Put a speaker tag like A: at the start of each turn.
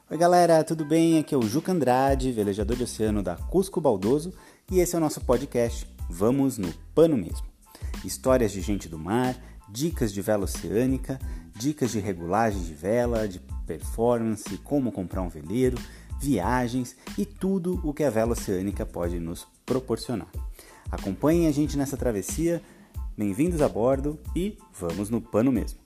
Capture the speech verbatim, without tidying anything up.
A: Oi galera, tudo bem? Aqui é o Juca Andrade, velejador de oceano da Cusco Baldoso, e esse é o nosso podcast Vamos no Pano Mesmo. Histórias de gente do mar, dicas de vela oceânica, dicas de regulagem de vela, de performance, como comprar um veleiro, viagens e tudo o que a vela oceânica pode nos proporcionar. Acompanhem a gente nessa travessia, bem-vindos a bordo e vamos no pano mesmo!